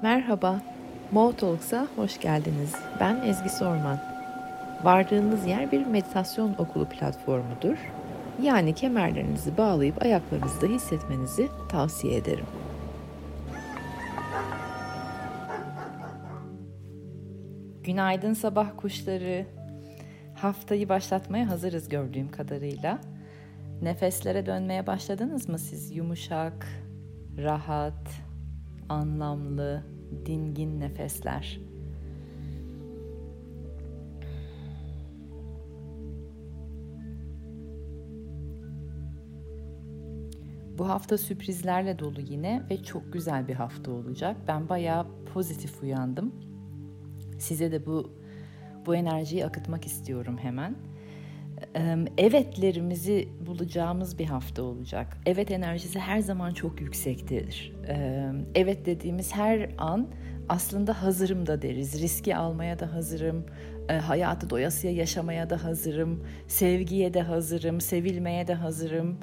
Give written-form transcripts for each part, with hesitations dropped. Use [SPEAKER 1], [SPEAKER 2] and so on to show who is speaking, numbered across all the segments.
[SPEAKER 1] Merhaba, Mo Talks'a hoş geldiniz. Ben Ezgi Sorman. Vardığınız yer bir meditasyon okulu platformudur. Yani kemerlerinizi bağlayıp ayaklarınızda hissetmenizi tavsiye ederim. Günaydın sabah kuşları. Haftayı başlatmaya hazırız gördüğüm kadarıyla. Nefeslere dönmeye başladınız mı siz? Yumuşak, rahat, anlamlı, dingin nefesler. Bu hafta sürprizlerle dolu yine ve çok güzel bir hafta olacak. Ben bayağı pozitif uyandım. Size de bu enerjiyi akıtmak istiyorum hemen. Evetlerimizi bulacağımız bir hafta olacak. Evet enerjisi her zaman çok yüksektir. Evet dediğimiz her an aslında hazırım da deriz. Riski almaya da hazırım. Hayatı doyasıya yaşamaya da hazırım. Sevgiye de hazırım. Sevilmeye de hazırım.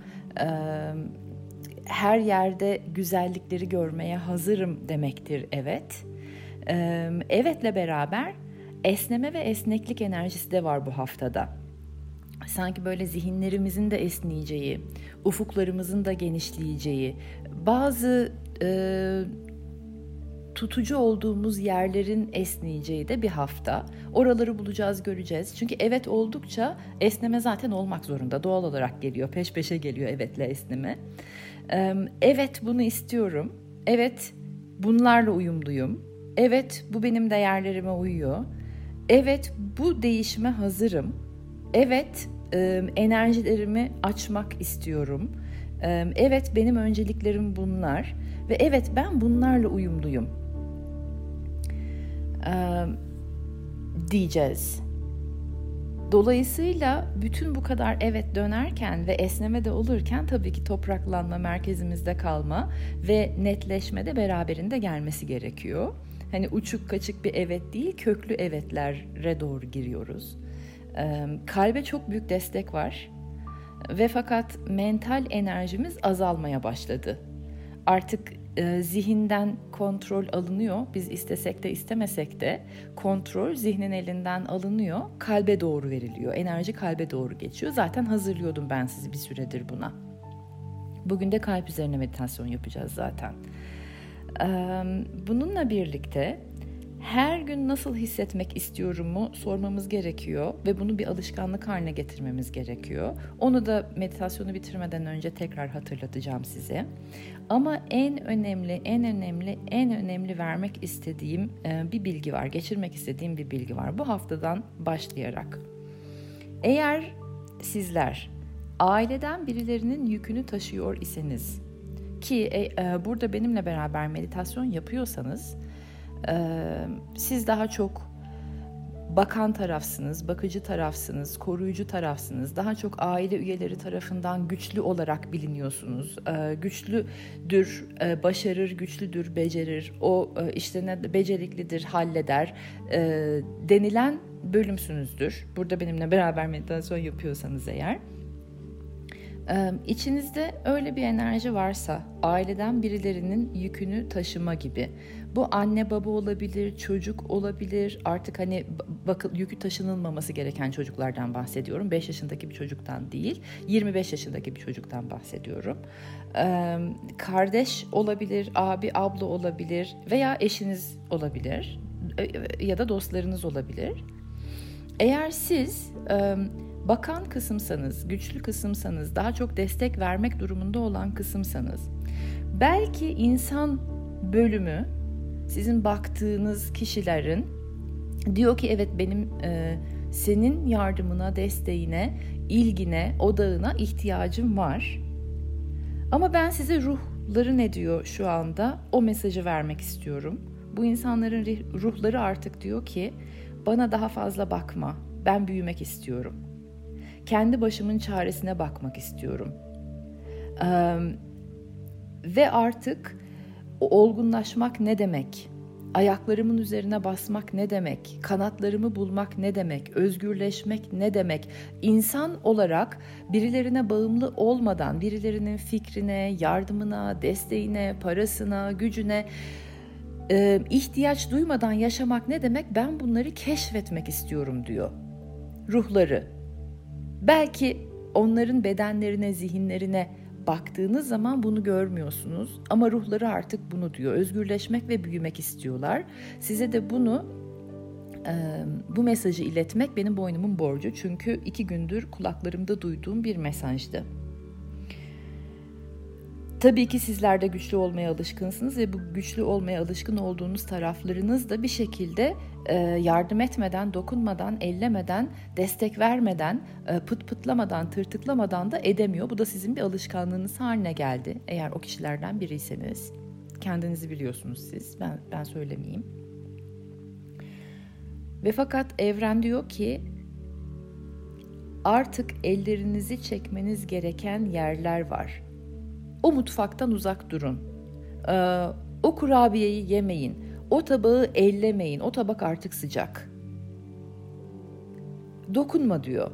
[SPEAKER 1] Her yerde güzellikleri görmeye hazırım demektir evet. Evetle beraber esneme ve esneklik enerjisi de var bu haftada. Sanki böyle zihinlerimizin de esneyeceği, ufuklarımızın da genişleyeceği, bazı tutucu olduğumuz yerlerin esneyeceği de bir hafta. Oraları bulacağız, göreceğiz. Çünkü evet oldukça esneme zaten olmak zorunda. Doğal olarak geliyor, peş peşe geliyor evetle esneme. Evet bunu istiyorum. Evet bunlarla uyumluyum. Evet bu benim değerlerime uyuyor. Evet bu değişime hazırım. Evet enerjilerimi açmak istiyorum. Evet benim önceliklerim bunlar. Ve evet ben bunlarla uyumluyum. Diyeceğiz. Dolayısıyla bütün bu kadar evet dönerken ve esneme de olurken tabii ki topraklanma, merkezimizde kalma ve netleşme de beraberinde gelmesi gerekiyor. Hani uçuk kaçık bir evet değil, köklü evetlere doğru giriyoruz. Kalbe çok büyük destek var ve fakat mental enerjimiz azalmaya başladı. Artık zihinden kontrol alınıyor. Biz istesek de istemesek de kontrol zihnin elinden alınıyor. Kalbe doğru veriliyor. Enerji kalbe doğru geçiyor. Zaten hazırlıyordum ben sizi bir süredir buna. Bugün de kalp üzerine meditasyon yapacağız zaten. Bununla birlikte her gün nasıl hissetmek istiyorumu sormamız gerekiyor ve bunu bir alışkanlık haline getirmemiz gerekiyor. Onu da meditasyonu bitirmeden önce tekrar hatırlatacağım size. Ama en önemli vermek istediğim bir bilgi var, geçirmek istediğim bir bilgi var. Bu haftadan başlayarak. Eğer sizler aileden birilerinin yükünü taşıyor iseniz ki burada benimle beraber meditasyon yapıyorsanız siz daha çok bakan tarafsınız, bakıcı tarafsınız, koruyucu tarafsınız. Daha çok aile üyeleri tarafından güçlü olarak biliniyorsunuz. Güçlüdür, başarır, güçlüdür, becerir. O işte ne beceriklidir, halleder denilen bölümsünüzdür. Burada benimle beraber meditasyon yapıyorsanız eğer. İçinizde öyle bir enerji varsa, aileden birilerinin yükünü taşıma gibi. Bu anne baba olabilir, çocuk olabilir. Artık hani yükü taşınılmaması gereken çocuklardan bahsediyorum. 5 yaşındaki bir çocuktan değil, 25 yaşındaki bir çocuktan bahsediyorum. Kardeş olabilir, abi, abla olabilir veya eşiniz olabilir ya da dostlarınız olabilir. Eğer siz bakan kısımsanız, güçlü kısımsanız, daha çok destek vermek durumunda olan kısımsanız, belki insan bölümü sizin baktığınız kişilerin diyor ki evet benim senin yardımına, desteğine, ilgine, odağına ihtiyacım var. Ama ben size ruhları ne diyor şu anda o mesajı vermek istiyorum. Bu insanların ruhları artık diyor ki bana daha fazla bakma, ben büyümek istiyorum. Kendi başımın çaresine bakmak istiyorum. Ve artık olgunlaşmak ne demek? Ayaklarımın üzerine basmak ne demek? Kanatlarımı bulmak ne demek? Özgürleşmek ne demek? İnsan olarak birilerine bağımlı olmadan, birilerinin fikrine, yardımına, desteğine, parasına, gücüne ihtiyaç duymadan yaşamak ne demek? Ben bunları keşfetmek istiyorum diyor. Ruhları. Belki onların bedenlerine, zihinlerine baktığınız zaman bunu görmüyorsunuz. Ama ruhları artık bunu diyor. Özgürleşmek ve büyümek istiyorlar. Size de bu mesajı iletmek benim boynumun borcu. Çünkü 2 gündür kulaklarımda duyduğum bir mesajdı. Tabii ki sizler de güçlü olmaya alışkınsınız ve bu güçlü olmaya alışkın olduğunuz taraflarınız da bir şekilde yardım etmeden, dokunmadan, ellemeden, destek vermeden, pıt pıtlamadan, tırtıklamadan da edemiyor. Bu da sizin bir alışkanlığınız haline geldi. Eğer o kişilerden biriyseniz. Kendinizi biliyorsunuz siz. Ben söylemeyeyim. Ve fakat evren diyor ki artık ellerinizi çekmeniz gereken yerler var. O mutfaktan uzak durun. O kurabiyeyi yemeyin. O tabağı ellemeyin. O tabak artık sıcak. Dokunma diyor.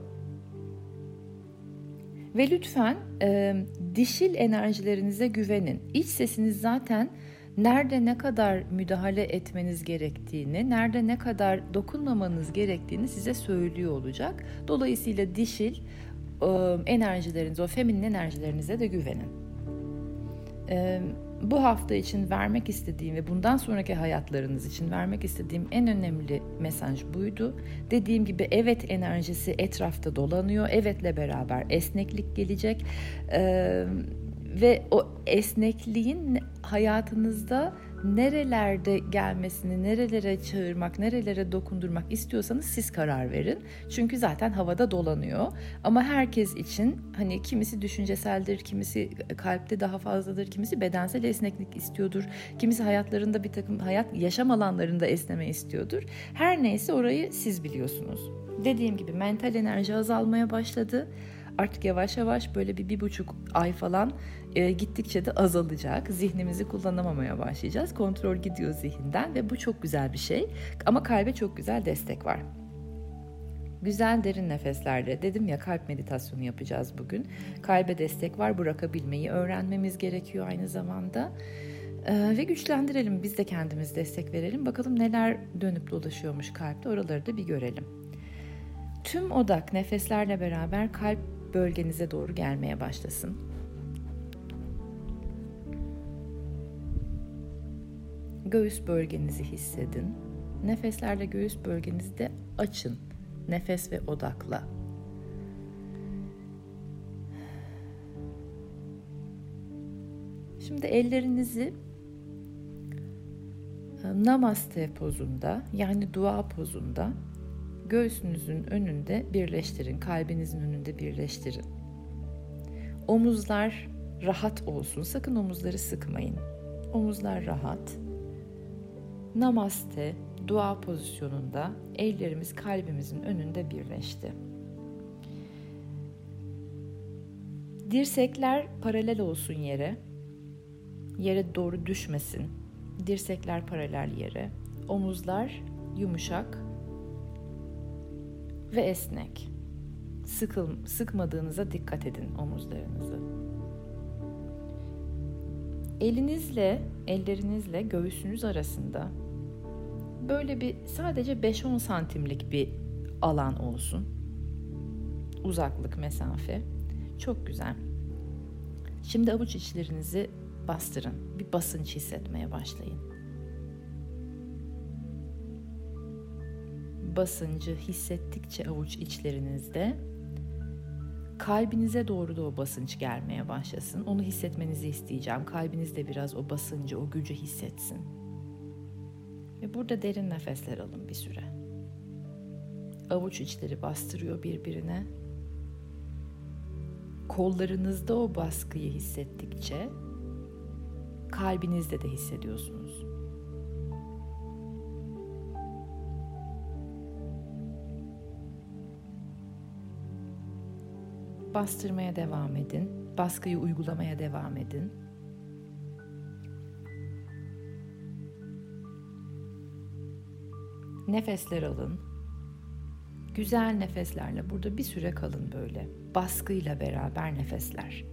[SPEAKER 1] Ve lütfen dişil enerjilerinize güvenin. İç sesiniz zaten nerede ne kadar müdahale etmeniz gerektiğini, nerede ne kadar dokunmamanız gerektiğini size söylüyor olacak. Dolayısıyla dişil enerjilerinize, o feminin enerjilerinize de güvenin. Bu hafta için vermek istediğim ve bundan sonraki hayatlarınız için vermek istediğim en önemli mesaj buydu. Dediğim gibi evet enerjisi etrafta dolanıyor. Evetle beraber esneklik gelecek. Ve o esnekliğin hayatınızda nerelerde gelmesini, nerelere çağırmak, nerelere dokundurmak istiyorsanız siz karar verin. Çünkü zaten havada dolanıyor. Ama herkes için hani kimisi düşünceseldir, kimisi kalpte daha fazladır, kimisi bedensel esneklik istiyordur. Kimisi hayatlarında bir takım yaşam alanlarında esneme istiyordur. Her neyse orayı siz biliyorsunuz. Dediğim gibi mental enerji azalmaya başladı. Artık yavaş yavaş böyle 1,5 ay falan gittikçe de azalacak. Zihnimizi kullanamamaya başlayacağız. Kontrol gidiyor zihinden ve bu çok güzel bir şey. Ama kalbe çok güzel destek var. Güzel derin nefeslerle, dedim ya kalp meditasyonu yapacağız bugün. Kalbe destek var, bırakabilmeyi öğrenmemiz gerekiyor aynı zamanda. Ve güçlendirelim, biz de kendimiz destek verelim. Bakalım neler dönüp dolaşıyormuş kalpte, oraları da bir görelim. Tüm odak nefeslerle beraber kalp bölgenize doğru gelmeye başlasın. Göğüs bölgenizi hissedin. Nefeslerle göğüs bölgenizi de açın. Nefes ve odakla. Şimdi ellerinizi Namaste pozunda, yani dua pozunda göğsünüzün önünde birleştirin, kalbinizin önünde birleştirin. Omuzlar rahat olsun, sakın omuzları sıkmayın. Omuzlar rahat. Namaste, dua pozisyonunda ellerimiz kalbimizin önünde birleşti. Dirsekler paralel olsun yere. Yere doğru düşmesin. Dirsekler paralel yere. Omuzlar yumuşak ve esnek. Sıkmadığınıza dikkat edin omuzlarınızı. Ellerinizle göğsünüz arasında böyle bir sadece 5-10 santimlik bir alan olsun. Uzaklık, mesafe. Çok güzel. Şimdi avuç içlerinizi bastırın. Bir basınç hissetmeye başlayın. Basıncı hissettikçe avuç içlerinizde kalbinize doğru da o basınç gelmeye başlasın. Onu hissetmenizi isteyeceğim. Kalbiniz de biraz o basıncı, o gücü hissetsin. Ve burada derin nefesler alın bir süre. Avuç içleri bastırıyor birbirine. Kollarınızda o baskıyı hissettikçe kalbinizde de hissediyorsunuz. Bastırmaya devam edin. Baskıyı uygulamaya devam edin. Nefesler alın. Güzel nefeslerle burada bir süre kalın böyle. Baskıyla beraber nefesler.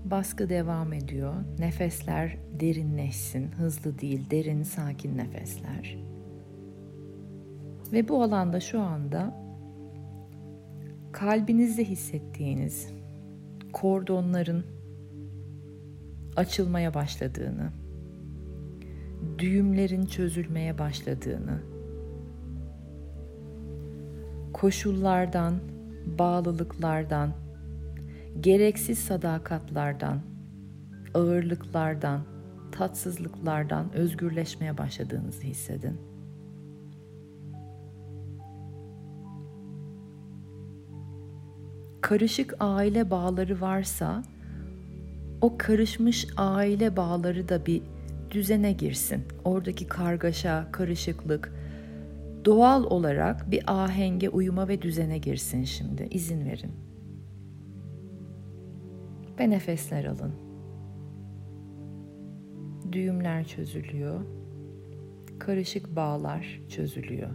[SPEAKER 1] Baskı devam ediyor. Nefesler derinleşsin. Hızlı değil, derin, sakin nefesler. Ve bu alanda şu anda kalbinizde hissettiğiniz kordonların açılmaya başladığını, düğümlerin çözülmeye başladığını, koşullardan, bağlılıklardan, gereksiz sadakatlardan, ağırlıklardan, tatsızlıklardan özgürleşmeye başladığınızı hissedin. Karışık aile bağları varsa, o karışmış aile bağları da bir düzene girsin. Oradaki kargaşa, karışıklık doğal olarak bir ahenge, uyuma ve düzene girsin şimdi. İzin verin. Ve nefesler alın. Düğümler çözülüyor. Karışık bağlar çözülüyor.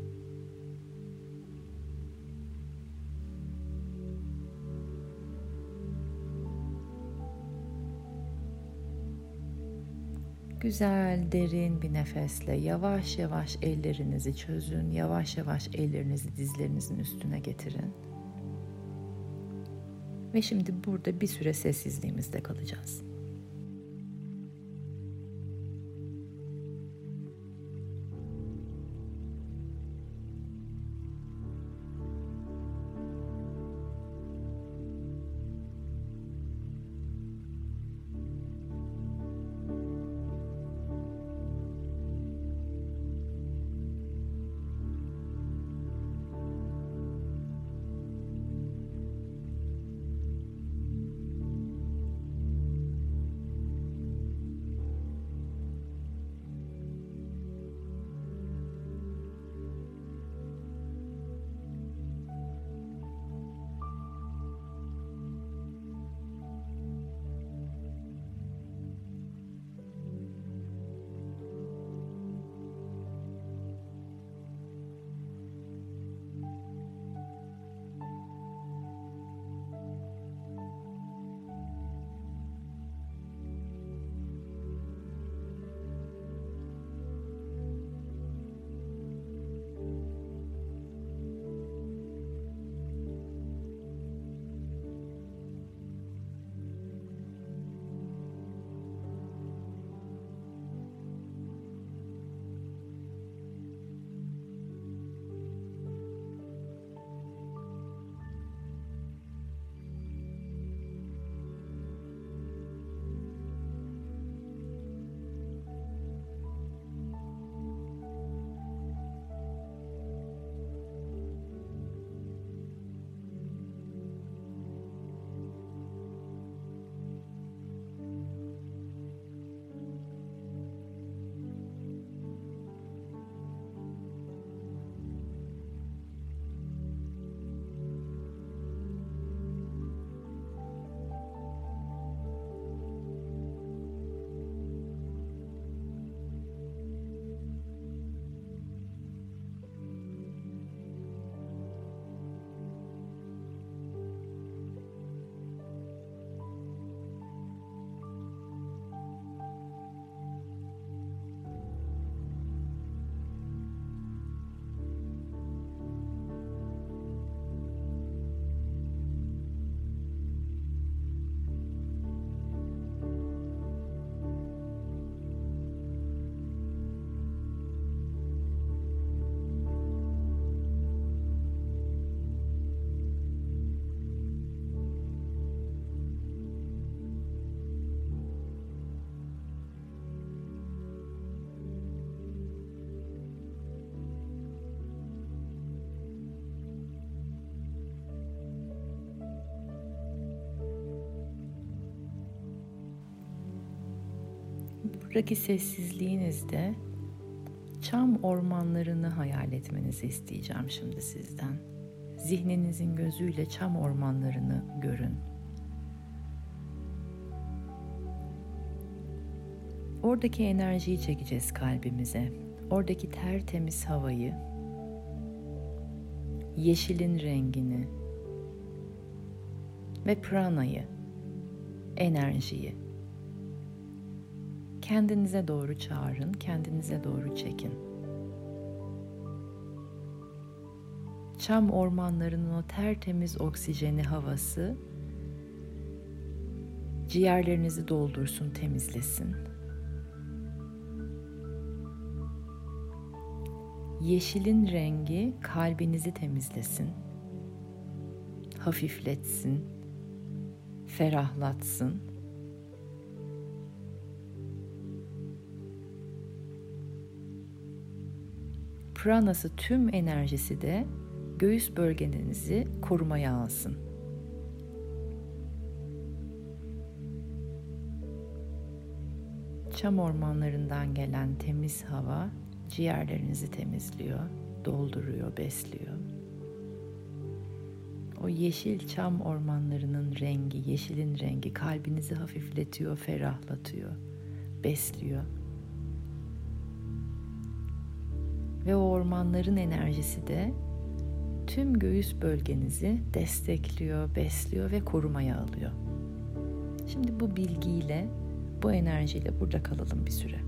[SPEAKER 1] Güzel, derin bir nefesle yavaş yavaş ellerinizi çözün. Yavaş yavaş ellerinizi dizlerinizin üstüne getirin. Ve şimdi burada bir süre sessizliğimizde kalacağız. Buradaki sessizliğinizde çam ormanlarını hayal etmenizi isteyeceğim şimdi sizden. Zihninizin gözüyle çam ormanlarını görün. Oradaki enerjiyi çekeceğiz kalbimize. Oradaki tertemiz havayı, yeşilin rengini ve pranayı enerjiyi kendinize doğru çağırın, kendinize doğru çekin. Çam ormanlarının o tertemiz oksijeni havası ciğerlerinizi doldursun, temizlesin. Yeşilin rengi kalbinizi temizlesin, hafifletsin, ferahlatsın. Pranası, tüm enerjisi de göğüs bölgenizi korumaya alsın. Çam ormanlarından gelen temiz hava ciğerlerinizi temizliyor, dolduruyor, besliyor. O yeşil çam ormanlarının rengi, yeşilin rengi kalbinizi hafifletiyor, ferahlatıyor, besliyor. Ve o ormanların enerjisi de tüm göğüs bölgenizi destekliyor, besliyor ve korumaya alıyor. Şimdi bu bilgiyle, bu enerjiyle burada kalalım bir süre.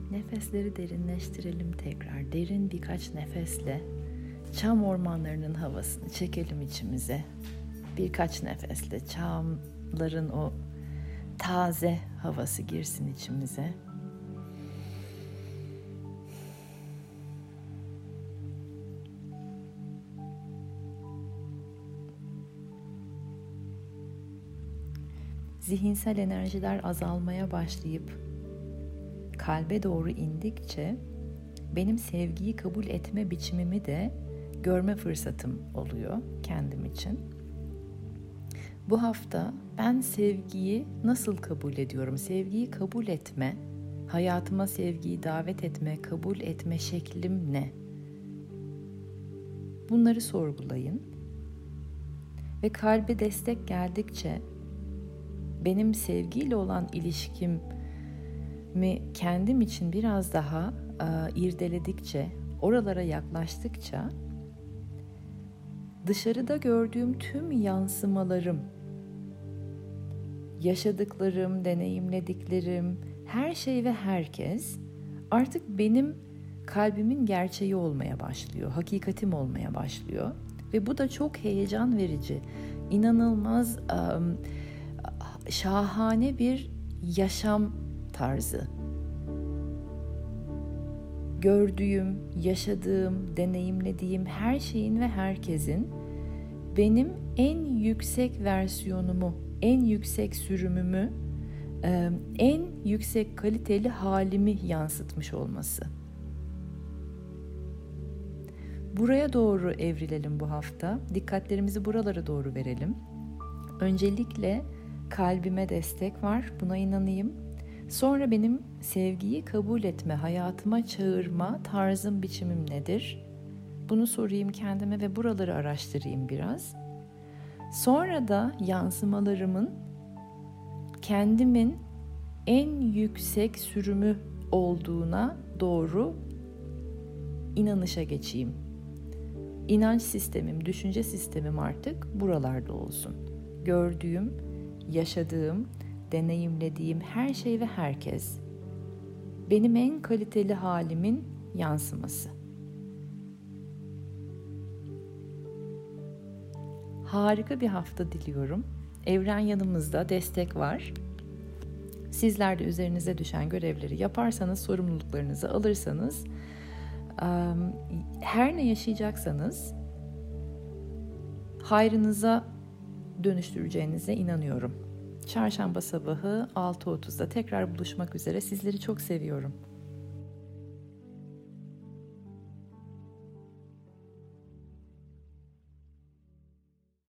[SPEAKER 1] nefesleri derinleştirelim tekrar. Derin birkaç nefesle çam ormanlarının havasını çekelim içimize. Birkaç nefesle çamların o taze havası girsin içimize. Zihinsel enerjiler azalmaya başlayıp kalbe doğru indikçe benim sevgiyi kabul etme biçimimi de görme fırsatım oluyor kendim için. Bu hafta ben sevgiyi nasıl kabul ediyorum? Sevgiyi kabul etme, hayatıma sevgiyi davet etme, kabul etme şeklim ne? Bunları sorgulayın. Ve kalbe destek geldikçe benim sevgiyle olan ilişkimi kendim için biraz daha irdeledikçe, oralara yaklaştıkça dışarıda gördüğüm tüm yansımalarım, yaşadıklarım, deneyimlediklerim, her şey ve herkes artık benim kalbimin gerçeği olmaya başlıyor, hakikatim olmaya başlıyor. Ve bu da çok heyecan verici, inanılmaz şahane bir yaşam tarzı. Gördüğüm, yaşadığım, deneyimlediğim her şeyin ve herkesin benim en yüksek versiyonumu, en yüksek sürümümü, en yüksek kaliteli halimi yansıtmış olması. Buraya doğru evrilelim bu hafta. Dikkatlerimizi buralara doğru verelim. Öncelikle kalbime destek var, buna inanayım. Sonra benim sevgiyi kabul etme, hayatıma çağırma tarzım, biçimim nedir? Bunu sorayım kendime ve buraları araştırayım biraz. Sonra da yansımalarımın kendimin en yüksek sürümü olduğuna doğru inanışa geçeyim. İnanç sistemim, düşünce sistemim artık buralarda olsun. Gördüğüm, yaşadığım, deneyimlediğim her şey ve herkes benim en kaliteli halimin yansıması. Harika bir hafta diliyorum. Evren yanımızda, destek var. Sizler de üzerinize düşen görevleri yaparsanız, sorumluluklarınızı alırsanız, her ne yaşayacaksanız hayrınıza dönüştüreceğinize inanıyorum. Çarşamba sabahı 6.30'da tekrar buluşmak üzere. Sizleri çok seviyorum.